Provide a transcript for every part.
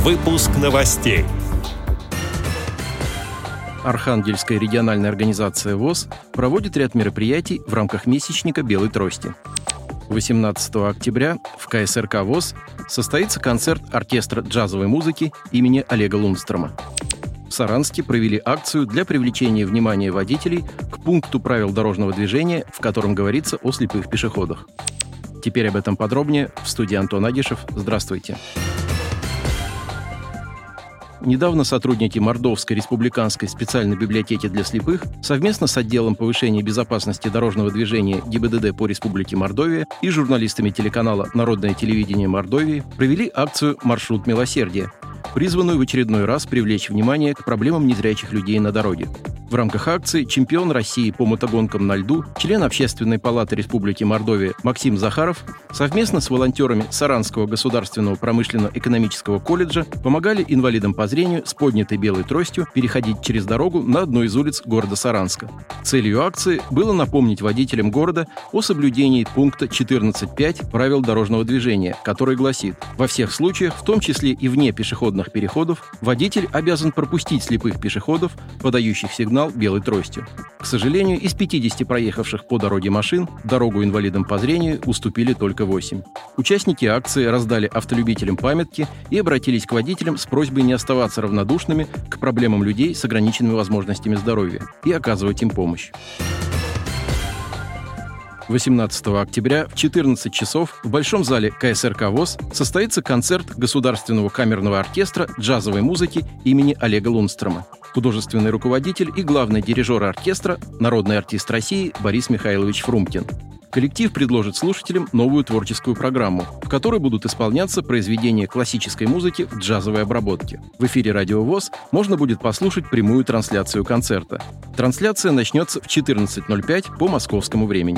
Выпуск новостей. Архангельская региональная организация ВОС проводит ряд мероприятий в рамках месячника «Белой трости». 18 октября в КСРК ВОС состоится концерт оркестра джазовой музыки имени Олега Лундстрома. В Саранске провели акцию для привлечения внимания водителей к пункту правил дорожного движения, в котором говорится о слепых пешеходах. Теперь об этом подробнее. В студии Антон Агишев. Здравствуйте. Недавно сотрудники Мордовской республиканской специальной библиотеки для слепых совместно с отделом повышения безопасности дорожного движения ГИБДД по Республике Мордовия и журналистами телеканала «Народное телевидение Мордовии» провели акцию «Маршрут милосердия», призванную в очередной раз привлечь внимание к проблемам незрячих людей на дороге. В рамках акции чемпион России по мотогонкам на льду, член Общественной палаты Республики Мордовия Максим Захаров совместно с волонтерами Саранского государственного промышленно-экономического колледжа помогали инвалидам по зрению с поднятой белой тростью переходить через дорогу на одной из улиц города Саранска. Целью акции было напомнить водителям города о соблюдении пункта 14.5 правил дорожного движения, который гласит: во всех случаях, в том числе и вне пешеходных переходов, водитель обязан пропустить слепых пешеходов, подающих сигнал белой тростью. К сожалению, из 50 проехавших по дороге машин дорогу инвалидам по зрению уступили только 8. Участники акции раздали автолюбителям памятки и обратились к водителям с просьбой не оставаться равнодушными к проблемам людей с ограниченными возможностями здоровья и оказывать им помощь. 18 октября в 14 часов в Большом зале КСРК ВОС состоится концерт Государственного камерного оркестра джазовой музыки имени Олега Лундстрома. Художественный руководитель и главный дирижер оркестра, народный артист России Борис Михайлович Фрумкин. Коллектив предложит слушателям новую творческую программу, в которой будут исполняться произведения классической музыки в джазовой обработке. В эфире Радио ВОС можно будет послушать прямую трансляцию концерта. Трансляция начнется в 14:05 по московскому времени.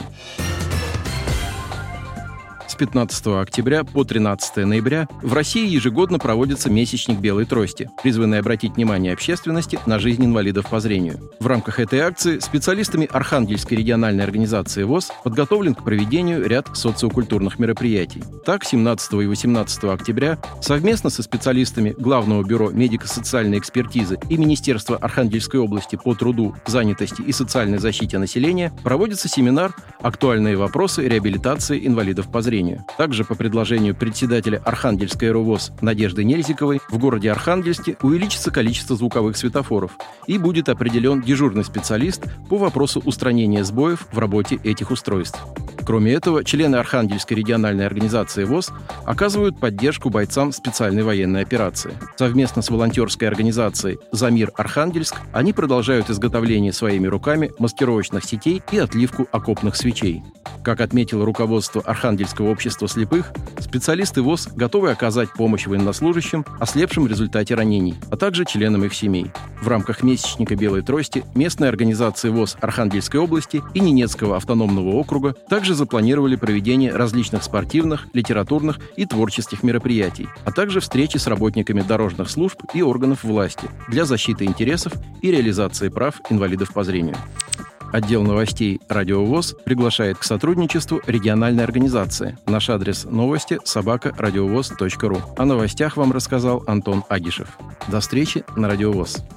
С 15 октября по 13 ноября в России ежегодно проводится месячник белой трости, призванный обратить внимание общественности на жизнь инвалидов по зрению. В рамках этой акции специалистами Архангельской региональной организации ВОС подготовлен к проведению ряд социокультурных мероприятий. Так, 17 и 18 октября совместно со специалистами Главного бюро медико-социальной экспертизы и Министерства Архангельской области по труду, занятости и социальной защите населения проводится семинар «Актуальные вопросы реабилитации инвалидов по зрению». Также по предложению председателя Архангельской РУВОС Надежды Нельзиковой в городе Архангельске увеличится количество звуковых светофоров и будет определен дежурный специалист по вопросу устранения сбоев в работе этих устройств. Кроме этого, члены Архангельской региональной организации ВОС оказывают поддержку бойцам специальной военной операции. Совместно с волонтерской организацией «За мир Архангельск» они продолжают изготовление своими руками маскировочных сетей и отливку окопных свечей. Как отметило руководство Архангельского общества слепых, специалисты ВОС готовы оказать помощь военнослужащим, ослепшим в результате ранений, а также членам их семей. В рамках месячника белой трости местные организации ВОС Архангельской области и Ненецкого автономного округа также запланировали проведение различных спортивных, литературных и творческих мероприятий, а также встречи с работниками дорожных служб и органов власти для защиты интересов и реализации прав инвалидов по зрению. Отдел новостей Радио ВОС приглашает к сотрудничеству региональной организации. Наш адрес новости @радиовос.ру. О новостях вам рассказал Антон Агишев. До встречи на Радио ВОС.